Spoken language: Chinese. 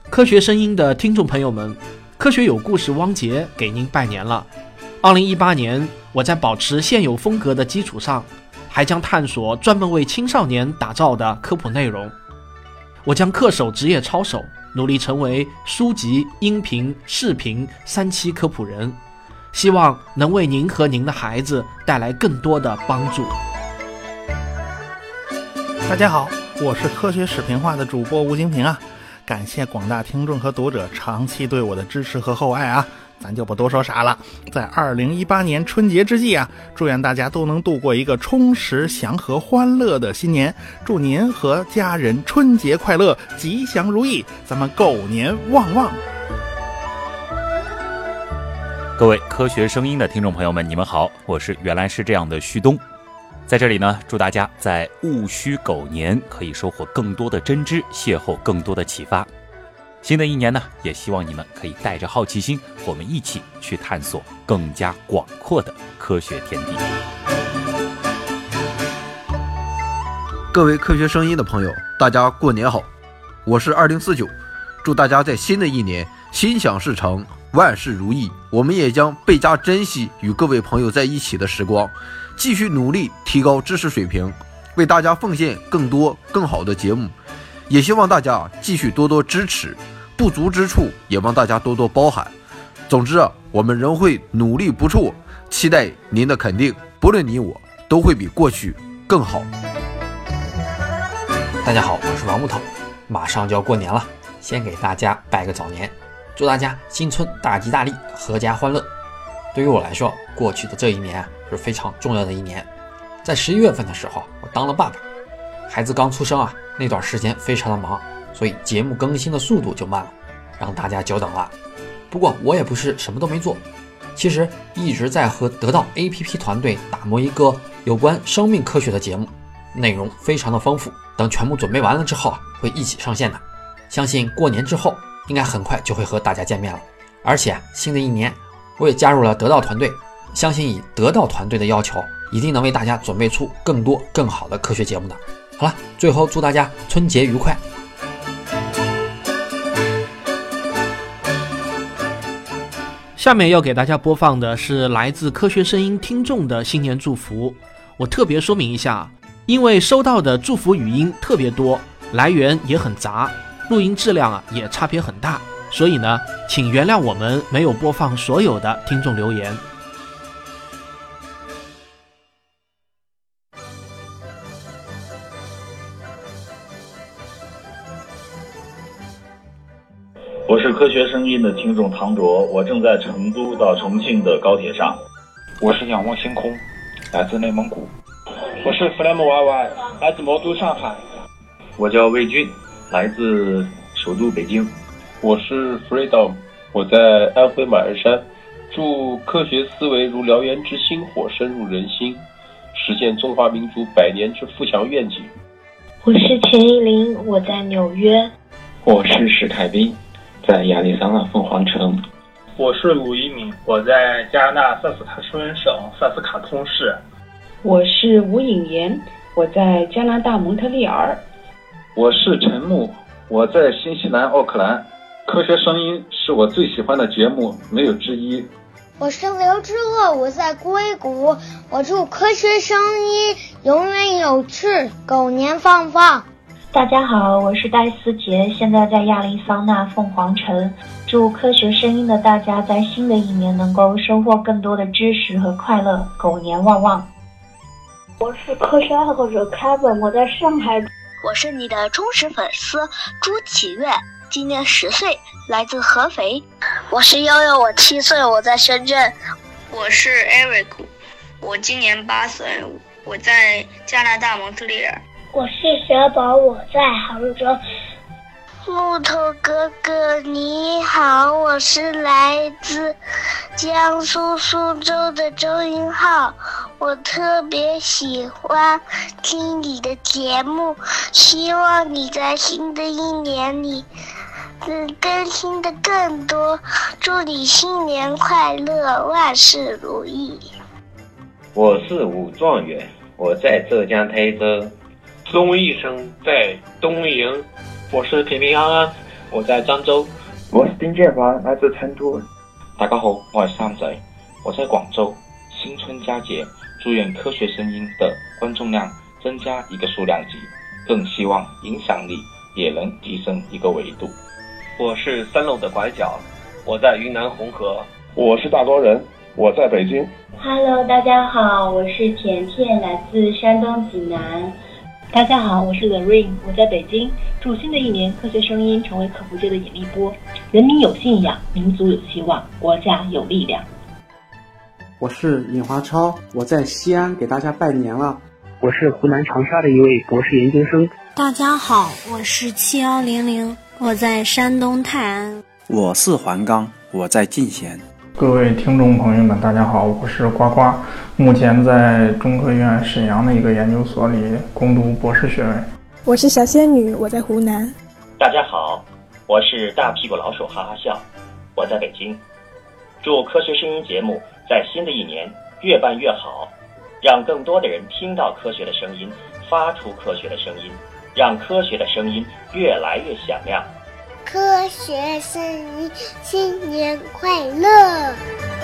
科学声音的听众朋友们，科学有故事汪杰给您拜年了。2018年，我在保持现有风格的基础上，还将探索专门为青少年打造的科普内容。我将恪守职业操守，努力成为书籍、音频、视频3期科普人，希望能为您和您的孩子带来更多的帮助。 大家好，我是科学视频化的主播吴京平啊，感谢广大听众和读者长期对我的支持和厚爱啊，咱就不多说啥了。在2018年春节之际啊，祝愿大家都能度过一个充实、祥和、欢乐的新年，祝您和家人春节快乐，吉祥如意，咱们狗年旺旺。 各位科学声音的听众朋友们，你们好，我是原来是这样的旭东。在这里呢，祝大家在戊戌狗年可以收获更多的真知，邂逅更多的启发。新的一年呢，也希望你们可以带着好奇心，和我们一起去探索更加广阔的科学天地。 各位科学声音的朋友，大家过年好，我是2049，祝大家在新的一年心想事成，万事如意。我们也将倍加珍惜与各位朋友在一起的时光，继续努力提高知识水平，为大家奉献更多更好的节目，也希望大家继续多多支持，不足之处也望大家多多包涵。总之啊，我们仍会努力不辍，期待您的肯定，不论你我都会比过去更好。 大家好，我是王木头，马上就要过年了，先给大家拜个早年，祝大家新春大吉大利，阖家欢乐。对于我来说，过去的这一年是非常重要的一年。在11月份的时候，我当了爸爸，孩子刚出生啊，那段时间非常的忙，所以节目更新的速度就慢了，让大家久等了。不过我也不是什么都没做，其实一直在和得到 APP 团队打磨一个有关生命科学的节目，内容非常的丰富，等全部准备完了之后啊，会一起上线的。相信过年之后应该很快就会和大家见面了。而且新的一年我也加入了得到团队，相信以得到团队的要求，一定能为大家准备出更多更好的科学节目的。好了，最后祝大家春节愉快。 下面要给大家播放的是来自科学声音听众的新年祝福。我特别说明一下，因为收到的祝福语音特别多，来源也很杂，录音质量也差别很大，所以呢，请原谅我们没有播放所有的听众留言。 我是科学声音的听众唐卓，我正在成都到重庆的高铁上。 我是仰望星空，来自内蒙古。我是弗莱姆 YY， 来自魔都上海。 我叫魏军，来自首都北京。 我是 Freedom， 我在安徽马鞍山。祝科学思维如燎原之星火深入人心，实现中华民族100年之富强愿景。 我是钱一林，我在纽约。 我是史凯宾，在亚利桑那凤凰城。 我是鲁一鸣，我在加拿大萨斯卡舒恩省萨斯卡通市。 我是吴颖妍，我在加拿大蒙特利尔。 我是陈木，我在新西兰奥克兰。科学声音是我最喜欢的节目，没有之一。 我是刘之乐，我在硅谷。我祝科学声音永远有趣，狗年放放。 大家好，我是戴思杰，现在在亚利桑那凤凰城。祝科学声音的大家在新的一年能够收获更多的知识和快乐，狗年旺旺。 我是科学爱好者 Kevin， 我在上海。 我是你的忠实粉丝朱启月，今年10岁，来自合肥。 我是悠悠，我7岁，我在深圳。 我是 Eric， 我今年8岁，我在加拿大蒙特利尔。 我是小宝，我在杭州。 木头哥哥你好，我是来自江苏苏州的周云浩，我特别喜欢听你的节目，希望你在新的一年里更新的更多，祝你新年快乐，万事如意。 我是武状元，我在浙江台州。 钟医生在东营。 我是平平安安， 我在漳州。 我是丁建华，来自成都。 大家好，我是三仔，我在广州。新春佳节，祝愿科学声音的观众量增加一个数量级，更希望影响力也能提升一个维度。 我是三楼的拐角，我在云南红河。 我是大庄人，我在北京。 Hello， 大家好，我是甜甜，来自山东济南。 大家好，我是 The Rain， 我在北京。祝新的一年科学声音成为客户界的引力波，人民有信仰，民族有希望，国家有力量。 我是尹华超，我在西安给大家拜年了。 我是湖南长沙的一位博士研究生。 大家好，我是7100，我在山东泰安。 我是黄刚，我在进贤。 各位听众朋友们，大家好，我是呱呱，目前在中科院沈阳的一个研究所里攻读博士学位。 我是小仙女，我在湖南。 大家好，我是大屁股老鼠哈哈笑，我在北京。祝科学声音节目在新的一年越办越好，让更多的人听到科学的声音，发出科学的声音，让科学的声音越来越响亮。 科学声音，新年快乐！